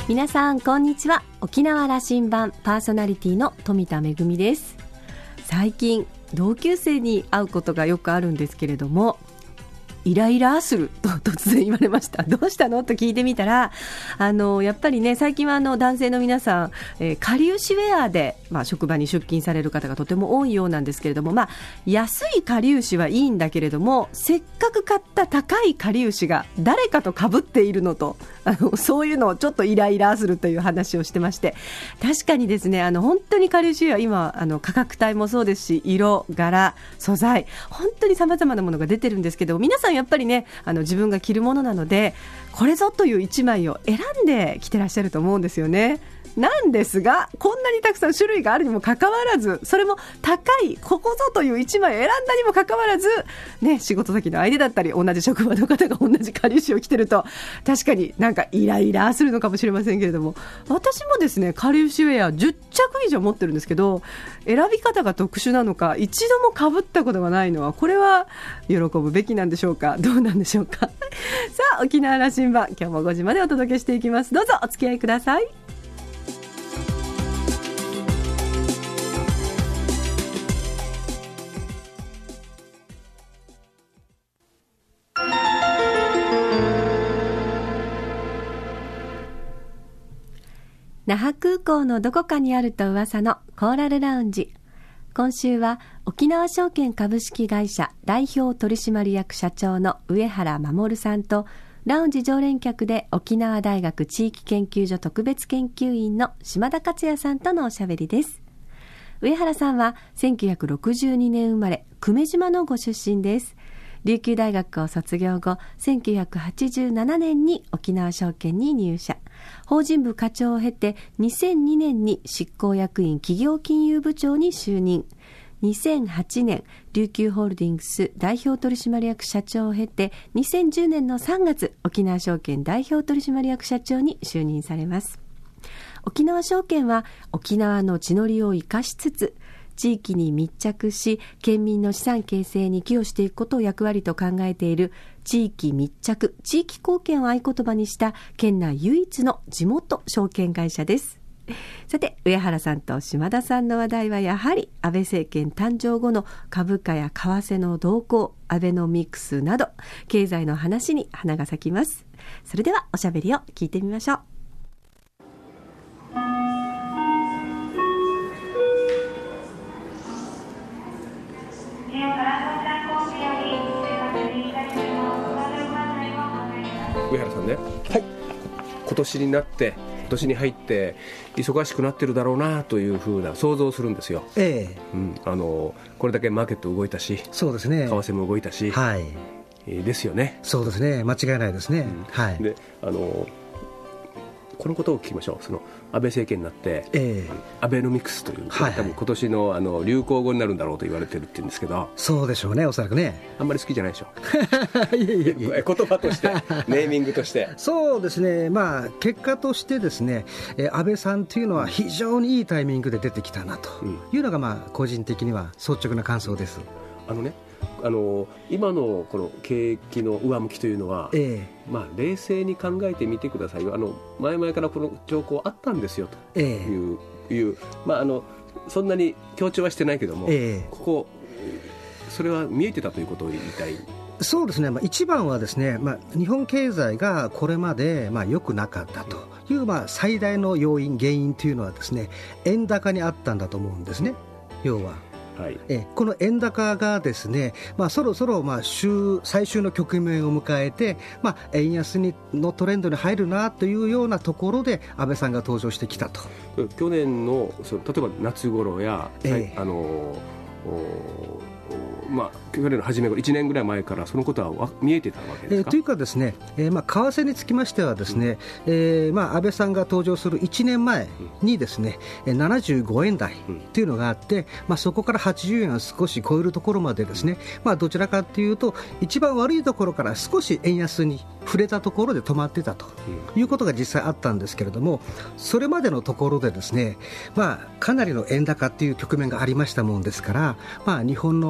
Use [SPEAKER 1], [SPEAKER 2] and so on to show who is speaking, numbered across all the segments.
[SPEAKER 1] 皆さんこんにちは。沖縄羅針盤パーソナリティの富田恵です。最近同級生に会うことがよくあるんですけれども、イライラすると突然言われました。どうしたのと聞いてみたら、やっぱりね、最近は男性の皆さん、かりゆしウェアで、職場に出勤される方がとても多いようなんですけれども、安いかりゆしはいいんだけれども、せっかく買った高いかりゆしが誰かと被っているのと、そういうのをちょっとイライラするという話をしてまして、確かにですね、本当にかりゆしは今価格帯もそうですし、色柄素材本当に様々なものが出てるんですけど、皆さんやっぱりね、自分が着るものなので、これぞという一枚を選んで着てらっしゃると思うんですよね。なんですが、こんなにたくさん種類があるにもかかわらず、それも高いここぞという一枚を選んだにもかかわらず、仕事先の相手だったり同じ職場の方が同じかりゆしを着てると、確かになんかイライラするのかもしれませんけれども、私もですね、かりゆしウェア10着以上持ってるんですけど、選び方が特殊なのか、一度も被ったことがないのは、これは喜ぶべきなんでしょうか、どうなんでしょうか。さあ、沖縄羅針盤、今日も5時までお届けしていきます。どうぞお付き合いください。那覇空港のどこかにあると噂のコーラルラウンジ。今週は沖縄証券株式会社代表取締役社長の上原守さんと、ラウンジ常連客で沖縄大学地域研究所特別研究員の島田克也さんとのおしゃべりです。上原さんは1962年生まれ、久米島のご出身です。琉球大学を卒業後、1987年に沖縄証券に入社。法人部課長を経て、2002年に執行役員企業金融部長に就任。2008年、琉球ホールディングス代表取締役社長を経て、2010年の3月、沖縄証券代表取締役社長に就任されます。沖縄証券は沖縄の地の利を生かしつつ、地域に密着し、県民の資産形成に寄与していくことを役割と考えている地域密着、地域貢献を合言葉にした県内唯一の地元証券会社です。さて、上原さんと島田さんの話題はやはり安倍政権誕生後の株価や為替の動向、アベノミクスなど経済の話に花が咲きます。それではおしゃべりを聞いてみましょう。
[SPEAKER 2] 上原さんね、はい、今年に入って忙しくなってるだろうなというふうな想像するんですよ。これだけマーケット動いたし、
[SPEAKER 3] そうですね、
[SPEAKER 2] 為替も動いたし、はい、ですよね。
[SPEAKER 3] そうですね、間違いないですね。はい。
[SPEAKER 2] で、このことを聞きましょう。その安倍政権になって、アベノミクスという、多分今年の流行語になるんだろうと言われてるって言うんですけど、
[SPEAKER 3] そうでしょうね、おそらくね。
[SPEAKER 2] あんまり好きじゃないでしょ。
[SPEAKER 3] いや
[SPEAKER 2] 言葉としてネーミングとして
[SPEAKER 3] そうですね、結果としてですね、安倍さんというのは非常にいいタイミングで出てきたなというのが、個人的には率直な感想です。
[SPEAKER 2] 今のこの景気の上向きというのは、冷静に考えてみてくださいよ。前々からこの兆候あったんですよという、そんなに強調はしてないけども、それは見えてたということを言いたい。
[SPEAKER 3] そうですね、一番はですね、日本経済がこれまで良くなかったという、最大の要因、原因というのはですね、円高にあったんだと思うんですね。要ははい、この円高がですね、そろそろ最終の局面を迎えて、円安のトレンドに入るなというようなところで安倍さんが登場してきたと。
[SPEAKER 2] 去年の例えば夏頃や、去年の初め頃、1年ぐらい前からそのことは見えてたわけですか。
[SPEAKER 3] というかですね、為替につきましてはですね、安倍さんが登場する1年前にですね、75円台というのがあって、そこから80円を少し超えるところまでですね、どちらかというと一番悪いところから少し円安に触れたところで止まってたということが実際あったんですけれども、それまでのところでですね、かなりの円高という局面がありましたもんですから、日本の政府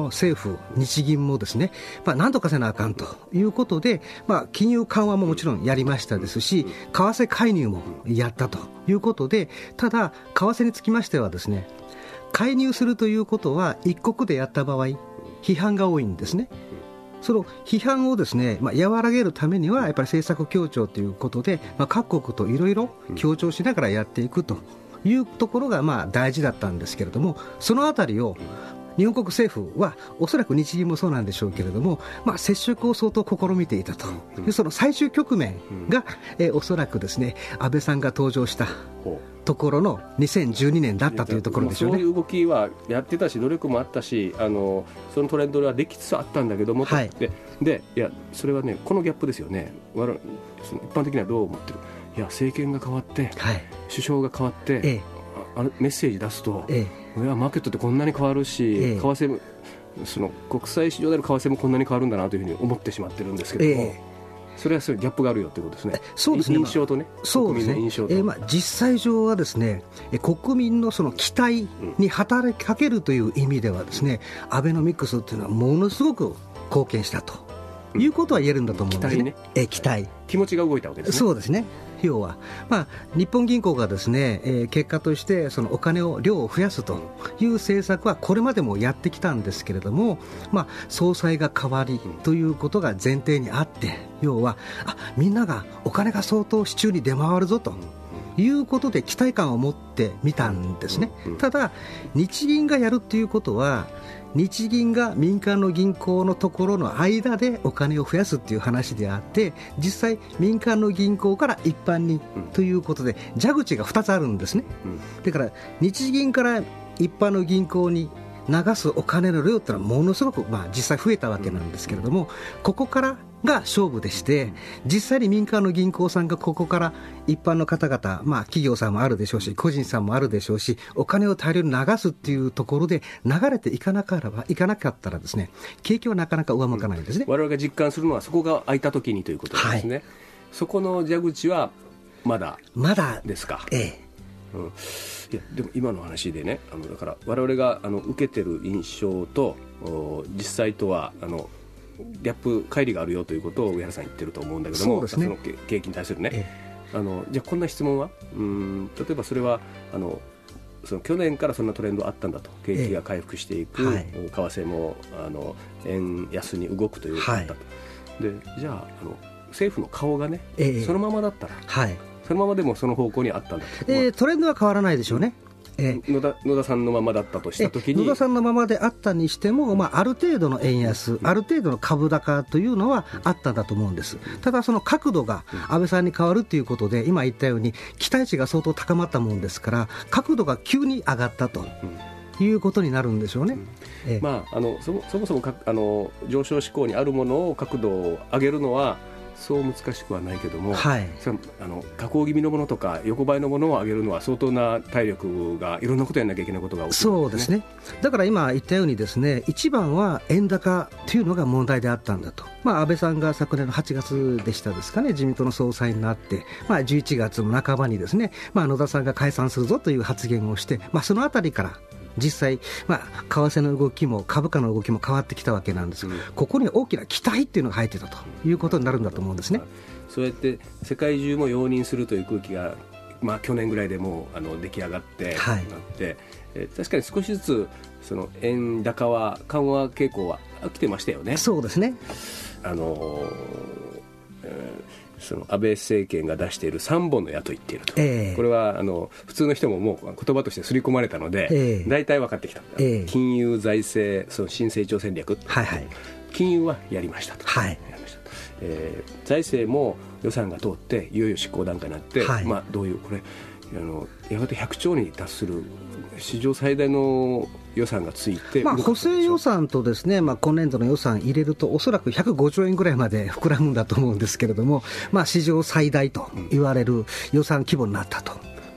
[SPEAKER 3] 府、日銀もですね、何とかせなあかんということで、金融緩和ももちろんやりましたですし、為替介入もやったということで、ただ為替につきましてはですね、介入するということは一国でやった場合批判が多いんですね。その批判をですね、和らげるためにはやっぱり政策協調ということで、各国といろいろ協調しながらやっていくというところが大事だったんですけれども、そのあたりを日本国政府はおそらく日銀もそうなんでしょうけれども、接触を相当試みていたという、その最終局面が、おそらくですね、安倍さんが登場したところの2012年だったというところでしょうね。
[SPEAKER 2] そういう動きはやってたし、努力もあったし、そのトレンドはできつつあったんだけども、
[SPEAKER 3] はい、
[SPEAKER 2] でいやそれはね、このギャップですよね。その一般的にはどう思ってる。いや、政権が変わって、はい、首相が変わって、メッセージ出すと、いやマーケットってこんなに変わるし、為替もその国際市場での為替もこんなに変わるんだなというふうに思ってしまってるんですけども、それはそういうギャップがあるよということですね。
[SPEAKER 3] そうですね、
[SPEAKER 2] 印象とね、
[SPEAKER 3] そうですね、
[SPEAKER 2] 国民の印象と、
[SPEAKER 3] 実際上はですね、国民のその期待に働きかけるという意味ではですね、アベノミクスというのはものすごく貢献したということは言えるんだと思うんですね。期待、
[SPEAKER 2] 気持ちが動いたわけですね。
[SPEAKER 3] そうですね。要は、日本銀行がですね、結果としてそのお金を量を増やすという政策はこれまでもやってきたんですけれども、総裁が変わりということが前提にあって、要はみんながお金が相当市中に出回るぞということで期待感を持ってみたんですね。ただ日銀がやるということは、日銀が民間の銀行のところの間でお金を増やすっていう話であって、実際民間の銀行から一般にということで蛇口が2つあるんですね。だから日銀から一般の銀行に流すお金の量ってのはものすごく、実際増えたわけなんですけれども、ここからが勝負でして、実際に民間の銀行さんがここから一般の方々、企業さんもあるでしょうし、個人さんもあるでしょうし、お金を大量に流すっていうところで流れていかなかったらですね、景気はなかなか上向かないんですね。
[SPEAKER 2] 我々が実感するのはそこが開いた時にということですね。そこの蛇口はまだですか。いやでも今の話でね、だから我々が受けてる印象と実際とはギャップ乖離があるよということを上原さん言ってると思うんだけども、 その景気に対するね、じゃあこんな質問は、例えばそれはその去年からそんなトレンドあったんだと、景気が回復していく、為替も円安に動くということだったと、でじゃあ政府の顔がね、そのままだったら、そのままでもその方向にあったんだと、
[SPEAKER 3] トレンドは変わらないでしょうね。
[SPEAKER 2] 野田さんのままだったとしたときに、
[SPEAKER 3] 野田さんのままであったにしても、ある程度の円安、ある程度の株高というのはあったんだと思うんです。ただその角度が安倍さんに変わるということで、今言ったように期待値が相当高まったもんですから、角度が急に上がったということになるんでしょうね。
[SPEAKER 2] そもそも上昇志向にあるものを角度を上げるのはそう難しくはないけども、下降気味のものとか横ばいのものを上げるのは相当な体力が、いろんなことやらなきゃいけないことが起きる、
[SPEAKER 3] そうですね。だから今言ったようにですね、一番は円高というのが問題であったんだと。安倍さんが昨年の8月でしたですかね、自民党の総裁になって、11月の半ばにですね、野田さんが解散するぞという発言をして、そのあたりから実際、為替の動きも株価の動きも変わってきたわけなんです、ここに大きな期待っていうのが入ってたということになるんだと思うんですね。
[SPEAKER 2] そうやって世界中も容認するという空気が、去年ぐらいでもう出来上がってなって、確かに少しずつその円高は緩和傾向は来てましたよね。
[SPEAKER 3] そうですね。
[SPEAKER 2] その安倍政権が出している3本の矢と言っていると、これは普通の人ももう言葉として刷り込まれたので、大体分かってきた、金融財政その新成長戦略、金融はやりましたと、財政も予算が通っていよいよ執行段階になって、どういうこれやがて100兆に達する史上最大の予算がついて、
[SPEAKER 3] 補正予算とですね、今年度の予算入れるとおそらく105兆円ぐらいまで膨らむんだと思うんですけれども、史上最大と言われる予算規模になったと。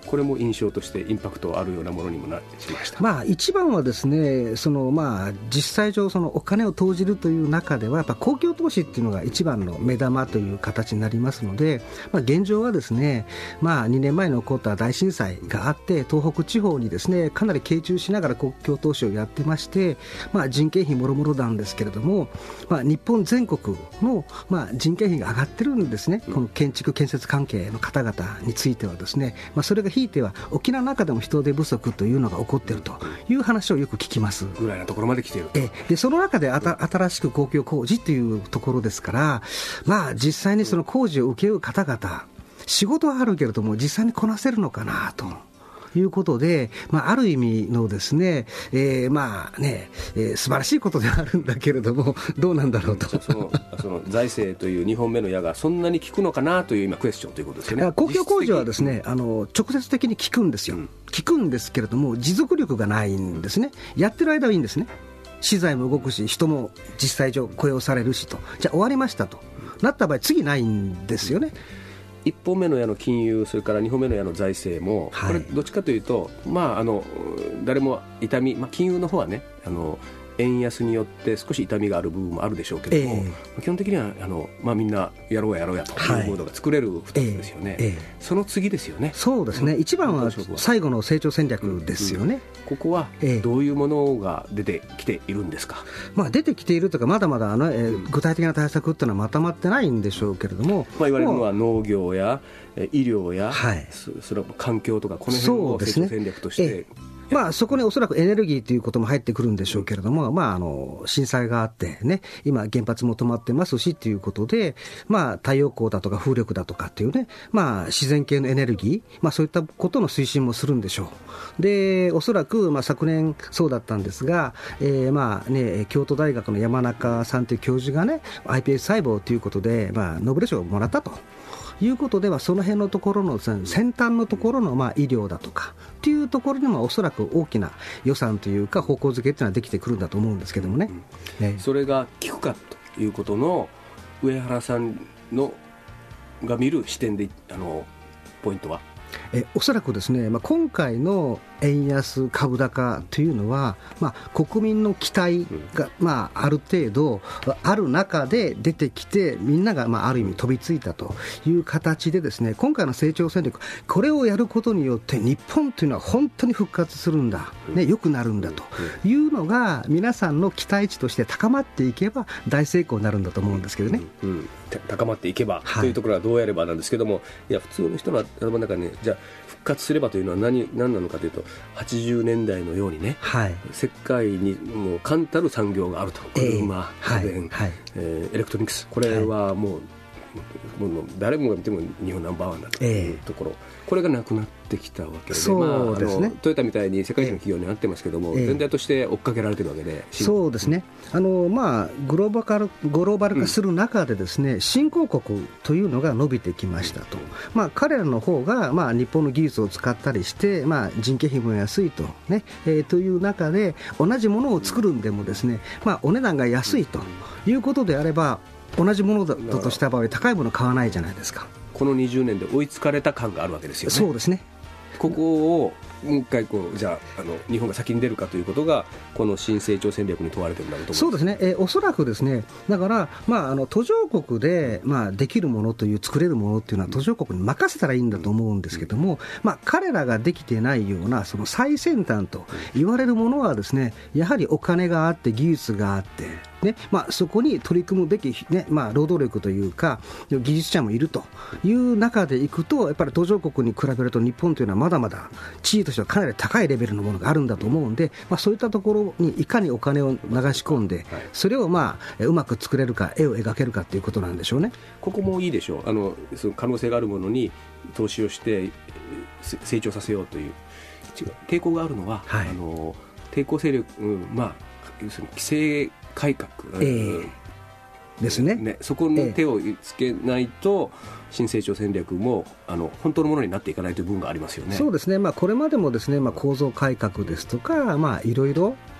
[SPEAKER 2] これも印象としてインパクトあるようなものにもしました。
[SPEAKER 3] 一番はですね、実際上お金を投じるという中ではやっぱ公共投資っていうのが一番の目玉という形になりますので、現状はですね、2年前に起こった大震災があって東北地方にですねかなり傾注しながら公共投資をやってまして、人件費もろもろなんですけれども、日本全国の人件費が上がってるんですね。この建築建設関係の方々についてはですね、それがひいては沖縄の中でも人手不足というのが起こっているという話をよく聞きます。
[SPEAKER 2] ぐらいのところまで来ている
[SPEAKER 3] でその中で新しく公共工事というところですから、実際にその工事を請け負う方々、仕事はあるけれども実際にこなせるのかなということで、ある意味のですね、素晴らしいことではあるんだけれどもどうなんだろうと
[SPEAKER 2] その財政という2本目の矢がそんなに効くのかなという今クエスチョンということですよね。
[SPEAKER 3] 公共工事はですね、直接的に効くんですよ、効くんですけれども持続力がないんですね。やってる間はいいんですね。資材も動くし人も実際上雇用されるしと、じゃあ終わりましたとなった場合次ないんですよね。
[SPEAKER 2] 1本目の矢の金融、それから2本目の矢の財政も、これどっちかというと、誰も痛み、金融の方はね、円安によって少し痛みがある部分もあるでしょうけれども、基本的にはみんなやろうやというモードが作れる2つですよね。その次ですよね。
[SPEAKER 3] そうですね、一番は最後の成長戦略ですよね。
[SPEAKER 2] ここはどういうものが出てきているんですか。
[SPEAKER 3] 出てきているというか、まだまだ具体的な対策というのはまとまってないんでしょうけれども、
[SPEAKER 2] 言われるのは農業や医療や、それは環境とかこの辺を成長戦略として
[SPEAKER 3] そこにおそらくエネルギーということも入ってくるんでしょうけれども、震災があってね、今原発も止まってますしということで、太陽光だとか風力だとかっていうね、自然系のエネルギー、そういったことの推進もするんでしょう。でおそらく、昨年そうだったんですが、京都大学の山中さんという教授がね iPS 細胞ということで、ノーベル賞をもらったということでは、その辺のところの先端のところの医療だとかっていうところにもおそらく大きな予算というか方向づけっていうのはできてくるんだと思うんですけどもね。
[SPEAKER 2] それが効くかということの上原さんのが見る視点でポイントは
[SPEAKER 3] おそらくですね、今回の円安株高というのは、国民の期待が、ある程度ある中で出てきて、みんなが、ある意味飛びついたという形でですね、今回の成長戦略、これをやることによって日本というのは本当に復活するんだ、良くなるんだというのが皆さんの期待値として高まっていけば大成功になるんだと思うんですけどね。
[SPEAKER 2] 高まっていけばというところはどうやればなんですけども、いや普通の人の頭の中に、じゃあ復活すればというのは何なのかというと、80年代のようにね、世界にもう冠たる産業があると、車、家電、エレクトロニクス、これはもう誰もが見ても日本ナンバーワンだというところ、これがなくなってきたわけで、
[SPEAKER 3] そうですね、
[SPEAKER 2] トヨタみたいに世界中の企業になってますけども、全体として追っかけられてるわけで、
[SPEAKER 3] そうですね、グローバル化する中でですね、新興国というのが伸びてきましたと、彼らの方が、日本の技術を使ったりして、人件費も安いと、という中で同じものを作るんでもですね、お値段が安いということであれば、同じものだとした場合高いもの買わないじゃないですか。
[SPEAKER 2] この20年で追いつかれた感があるわけですよね。
[SPEAKER 3] そうですね。
[SPEAKER 2] ここをもう一回じゃあ日本が先に出るかということがこの新成長戦略に問われているんだろうと思います。
[SPEAKER 3] そうですね、おそらくですね、だから、途上国で、できるものという作れるものというのは途上国に任せたらいいんだと思うんですけども、彼らができていないようなその最先端と言われるものはですね、やはりお金があって技術があってそこに取り組むべき、労働力というか技術者もいるという中でいくと、やっぱり途上国に比べると日本というのはまだまだ地位としてはかなり高いレベルのものがあるんだと思うんで、そういったところにいかにお金を流し込んで、それをうまく作れるか、絵を描けるかということなんでしょうね。
[SPEAKER 2] ここもいいでしょう。その可能性があるものに投資をして成長させようという抵抗があるのは、抵抗勢力、要するに規制改革、
[SPEAKER 3] ですね。
[SPEAKER 2] そこに手をつけないと新成長戦略も本当のものになっていかないという部分がありますよね。
[SPEAKER 3] そうですね、これまでもですね、構造改革ですとか、いろいろ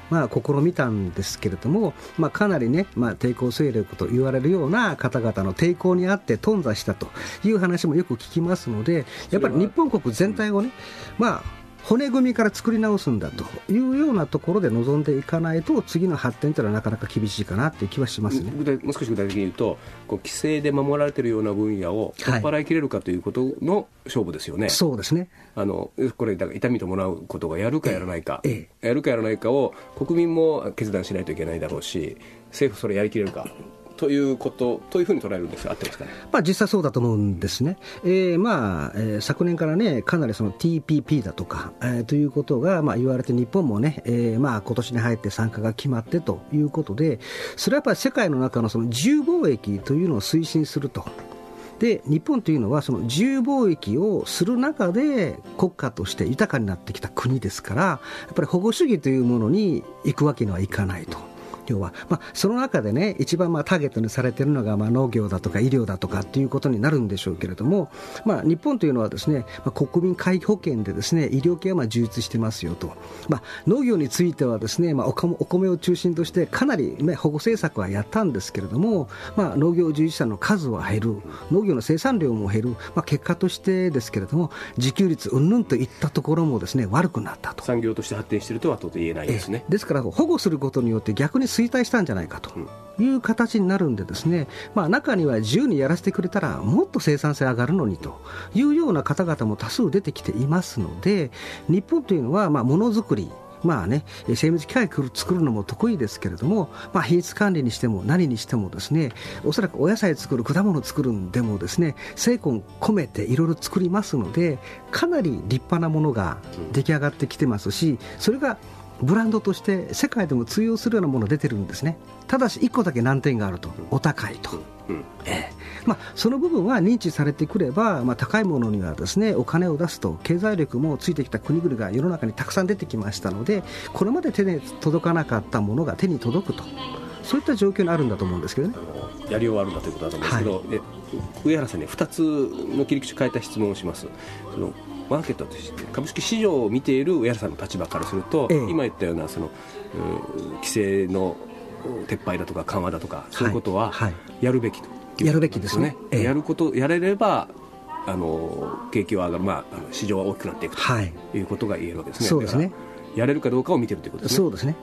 [SPEAKER 3] 試みたんですけれども、かなりね、抵抗勢力と言われるような方々の抵抗にあって頓挫したという話もよく聞きますので、やっぱり日本国全体をね、骨組みから作り直すんだというようなところで臨んでいかないと、次の発展というのはなかなか厳しいかなという気はしますね。
[SPEAKER 2] もう少し具体的に言うと、規制で守られているような分野を取っ払い切れるかということの勝負ですよね。
[SPEAKER 3] そうですね。
[SPEAKER 2] これだから痛み伴うことがやるかやらないか、やるかやらないかを国民も決断しないといけないだろうし、政府それやりきれるかということというふうに捉えるんですが、合ってますかね。
[SPEAKER 3] 実際そうだと思うんですね。昨年からね、かなりその TPP だとか、ということが言われて、日本もね、今年に入って参加が決まってということで、それはやっぱり世界の中のその自由貿易というのを推進すると。で、日本というのはその自由貿易をする中で国家として豊かになってきた国ですから、やっぱり保護主義というものに行くわけにはいかないと。要はその中でね、一番ターゲットにされているのが農業だとか医療だとかっていうことになるんでしょうけれども、日本というのはですね、国民皆保険でですね、医療系は充実してますよと。農業についてはですね、お米を中心としてかなり、保護政策はやったんですけれども、農業従事者の数は減る、農業の生産量も減る、結果としてですけれども、自給率云々といったところもですね、悪くなったと。
[SPEAKER 2] 産業として発展しているとは到底言えないですね。
[SPEAKER 3] ですから保護することによって逆に衰退したんじゃないかという形になるんでですね、中には自由にやらせてくれたらもっと生産性上がるのにというような方々も多数出てきていますので、日本というのはものづくり、精密機械を作るのも得意ですけれども、品質管理にしても何にしてもですね、おそらくお野菜作る、果物作るんでもですね、精魂込めていろいろ作りますので、かなり立派なものが出来上がってきてますし、それがブランドとして世界でも通用するようなものが出てるんですね。ただし1個だけ難点があると、お高いと。その部分は認知されてくれば、高いものにはですね、お金を出すと経済力もついてきた国々が世の中にたくさん出てきましたので、これまで手に届かなかったものが手に届くと、そういった状況にあるんだと思うんですけどね。
[SPEAKER 2] やり終わるんだということだと思うんですけど、上原さんに2つの切り口を変えた質問をします。そのマーケットとして株式市場を見ている上原さんの立場からすると、今言ったようなその規制の撤廃だとか緩和だとか、そういうことはやるべきということですね。
[SPEAKER 3] やるべきですね。
[SPEAKER 2] やれれば景気は上がる、市場は大きくなっていくということが言えるわけですね。
[SPEAKER 3] そうですね。
[SPEAKER 2] やれるかどうかを見ているということですね。
[SPEAKER 3] そうですね。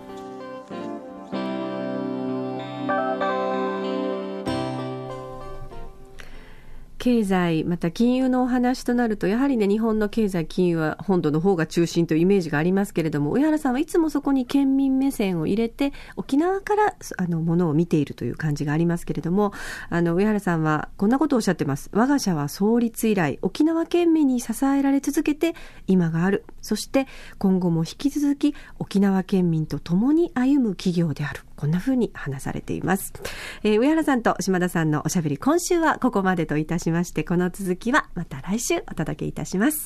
[SPEAKER 1] 経済また金融のお話となると、やはりね、日本の経済金融は本土の方が中心というイメージがありますけれども、上原さんはいつもそこに県民目線を入れて沖縄からものを見ているという感じがありますけれども、上原さんはこんなことをおっしゃってます。我が社は創立以来沖縄県民に支えられ続けて今がある。そして今後も引き続き沖縄県民と共に歩む企業である。こんな風に話されています。上原さんと島田さんのおしゃべり、今週はここまでといたしまして、この続きはまた来週お届けいたします。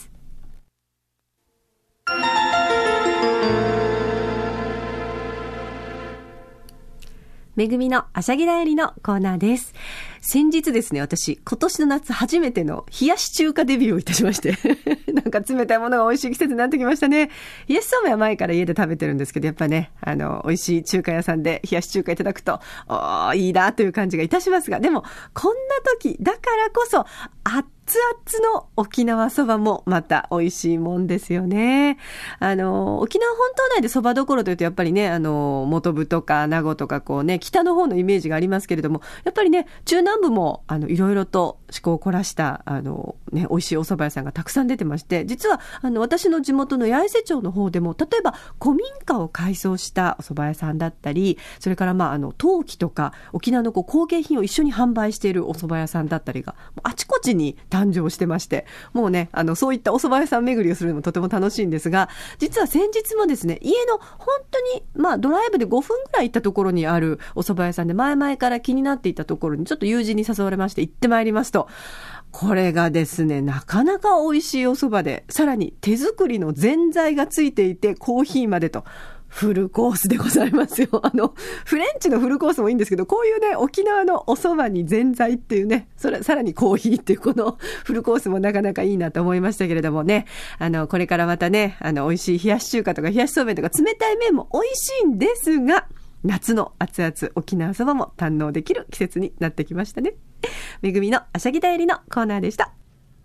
[SPEAKER 1] めぐみのあしゃぎだよりのコーナーです。先日ですね、私今年の夏初めての冷やし中華デビューをいたしましてなんか冷たいものが美味しい季節になってきましたね。冷やしそうめんは前から家で食べてるんですけど、やっぱね、美味しい中華屋さんで冷やし中華いただくといいなという感じがいたしますが、でもこんな時だからこそ熱々の沖縄そばもまた美味しいもんですよね。沖縄本島内でそばどころというとやっぱりね、本部とか名護とかこうね、北の方のイメージがありますけれども、やっぱりね、中南部もいろいろと趣向を凝らした美味しいお蕎麦屋さんがたくさん出てまして、実は私の地元の八重瀬町の方でも、例えば古民家を改装したお蕎麦屋さんだったり、それから陶器とか沖縄の工芸品を一緒に販売しているお蕎麦屋さんだったりがあちこちに誕生してまして、もうね、そういったお蕎麦屋さん巡りをするのもとても楽しいんですが、実は先日もですね、家の本当にドライブで5分ぐらい行ったところにあるお蕎麦屋さんで、前々から気になっていたところにちょっと友人に誘われまして行ってまいりますと、これがですね、なかなか美味しいお蕎麦で、さらに手作りのぜんざいがついていてコーヒーまでと、 フルコースでございますよ。フレンチのフルコースもいいんですけど、こういうね、沖縄のお蕎麦にぜんざいっていうね、さらにコーヒーっていうこのフルコースもなかなかいいなと思いましたけれどもね、これからまたね、美味しい冷やし中華とか冷やしそうめんとか冷たい麺も美味しいんですが、夏の熱々沖縄そばも堪能できる季節になってきましたね。めぐみのあしゃぎだよりのコーナーでした。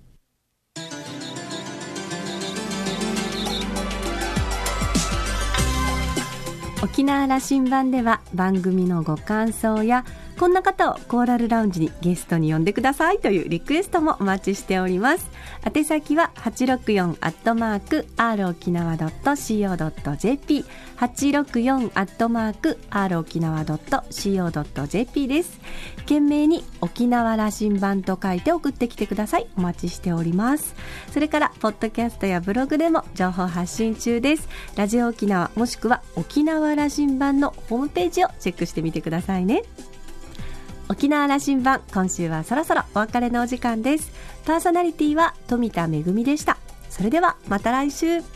[SPEAKER 1] 沖縄羅針盤では番組のご感想やこんな方をコーラルラウンジにゲストに呼んでくださいというリクエストもお待ちしております。宛先は 864@rokinawa.co.jp 864@rokinawa.co.jp です。懸命に沖縄羅針盤と書いて送ってきてください。お待ちしております。それからポッドキャストやブログでも情報発信中です。ラジオ沖縄もしくは沖縄羅針盤のホームページをチェックしてみてくださいね。沖縄羅針盤、今週はそろそろお別れのお時間です。パーソナリティは富田恵でした。それではまた来週。